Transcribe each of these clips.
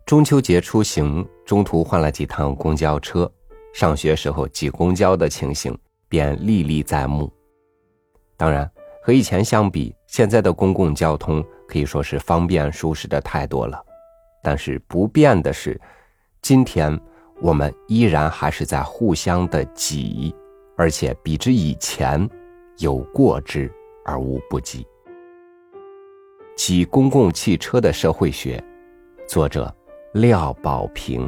中秋节出行，中途换了几趟公交车，上学时候挤公交的情形便历历在目。当然，和以前相比，现在的公共交通可以说是方便舒适的太多了。但是不变的是，今天我们依然还是在互相的挤，而且比之以前有过之而无不及。挤公共汽车的社会学，作者廖保平。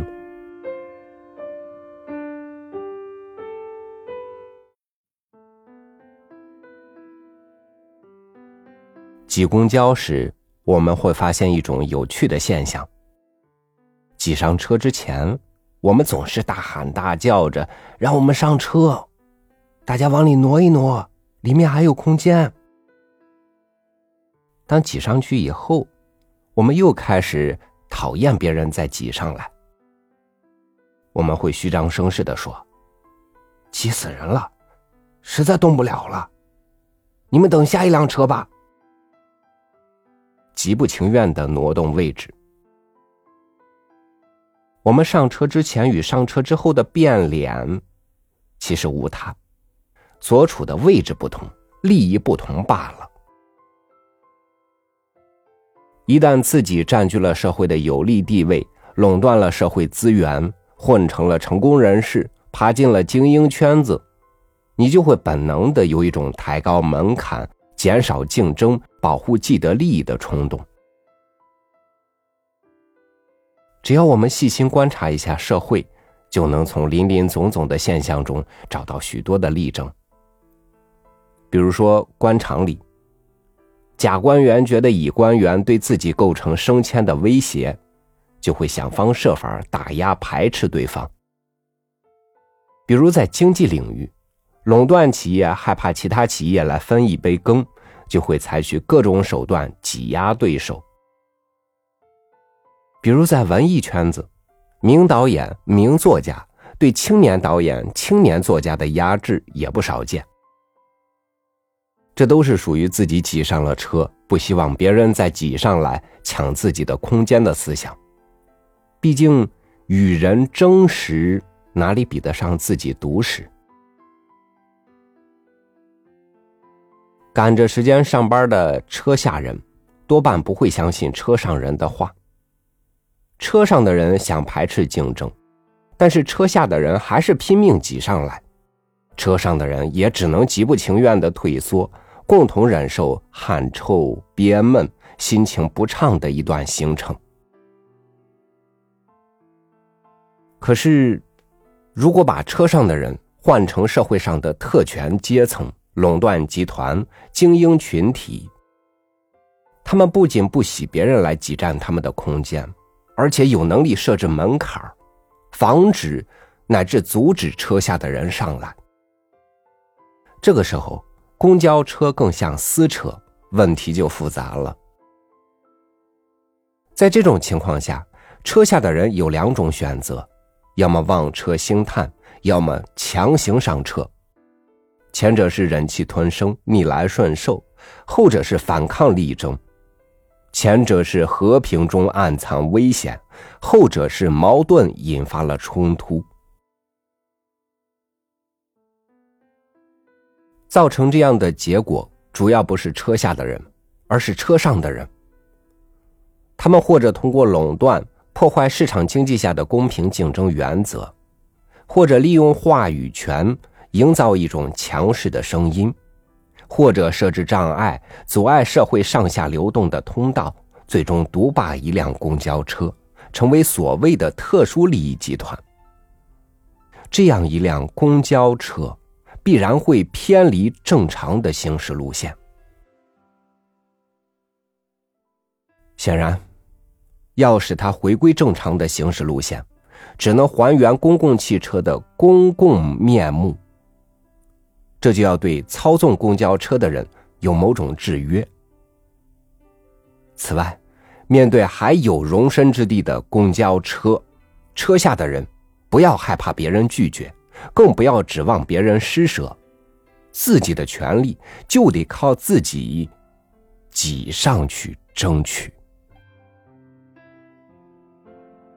挤公交时，我们会发现一种有趣的现象。挤上车之前，我们总是大喊大叫着让我们上车，大家往里挪一挪，里面还有空间。当挤上去以后，我们又开始讨厌别人再挤上来。我们会虚张声势地说，挤死人了，实在动不了了，你们等下一辆车吧。极不情愿地挪动位置。我们上车之前与上车之后的变脸其实无他，所处的位置不同，利益不同罢了。一旦自己占据了社会的有利地位，垄断了社会资源，混成了成功人士，爬进了精英圈子，你就会本能地有一种抬高门槛、减少竞争、保护既得利益的冲动。只要我们细心观察一下社会，就能从林林总总的现象中找到许多的例证。比如说官场里，甲官员觉得乙官员对自己构成升迁的威胁，就会想方设法打压排斥对方。比如在经济领域，垄断企业害怕其他企业来分一杯羹，就会采取各种手段挤压对手。比如在文艺圈子，名导演、名作家对青年导演、青年作家的压制也不少见。这都是属于自己挤上了车，不希望别人再挤上来抢自己的空间的思想。毕竟与人争时，哪里比得上自己独食？赶着时间上班的车下人多半不会相信车上人的话。车上的人想排斥竞争，但是车下的人还是拼命挤上来，车上的人也只能极不情愿地退缩，共同忍受汗臭、憋闷、心情不畅的一段行程。可是，如果把车上的人换成社会上的特权阶层、垄断集团、精英群体，他们不仅不喜别人来挤占他们的空间，而且有能力设置门槛，防止乃至阻止车下的人上来。这个时候，公交车更像私车，问题就复杂了。在这种情况下，车下的人有两种选择，要么望车兴叹，要么强行上车。前者是忍气吞声、逆来顺受，后者是反抗力争。前者是和平中暗藏危险，后者是矛盾引发了冲突。造成这样的结果，主要不是车下的人，而是车上的人。他们或者通过垄断破坏市场经济下的公平竞争原则，或者利用话语权营造一种强势的声音，或者设置障碍，阻碍社会上下流动的通道，最终独霸一辆公交车，成为所谓的特殊利益集团。这样一辆公交车必然会偏离正常的行驶路线。显然，要使它回归正常的行驶路线，只能还原公共汽车的公共面目。这就要对操纵公交车的人有某种制约。此外，面对还有容身之地的公交车，车下的人不要害怕别人拒绝，更不要指望别人施舍，自己的权利就得靠自己挤上去争取。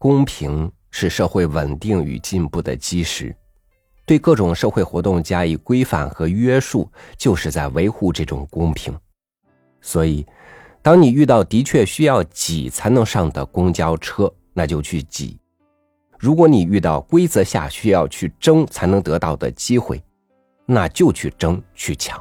公平是社会稳定与进步的基石，对各种社会活动加以规范和约束，就是在维护这种公平。所以当你遇到的确需要挤才能上的公交车，那就去挤；如果你遇到规则下需要去争才能得到的机会，那就去争去抢。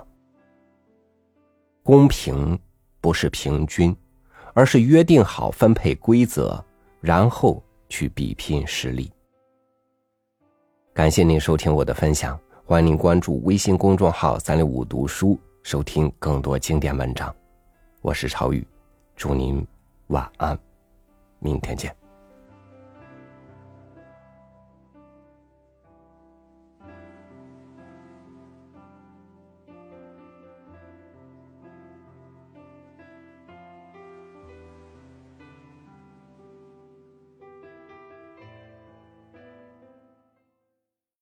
公平不是平均，而是约定好分配规则，然后去比拼实力。感谢您收听我的分享，欢迎您关注微信公众号365读书，收听更多经典文章。我是超宇，祝您晚安，明天见。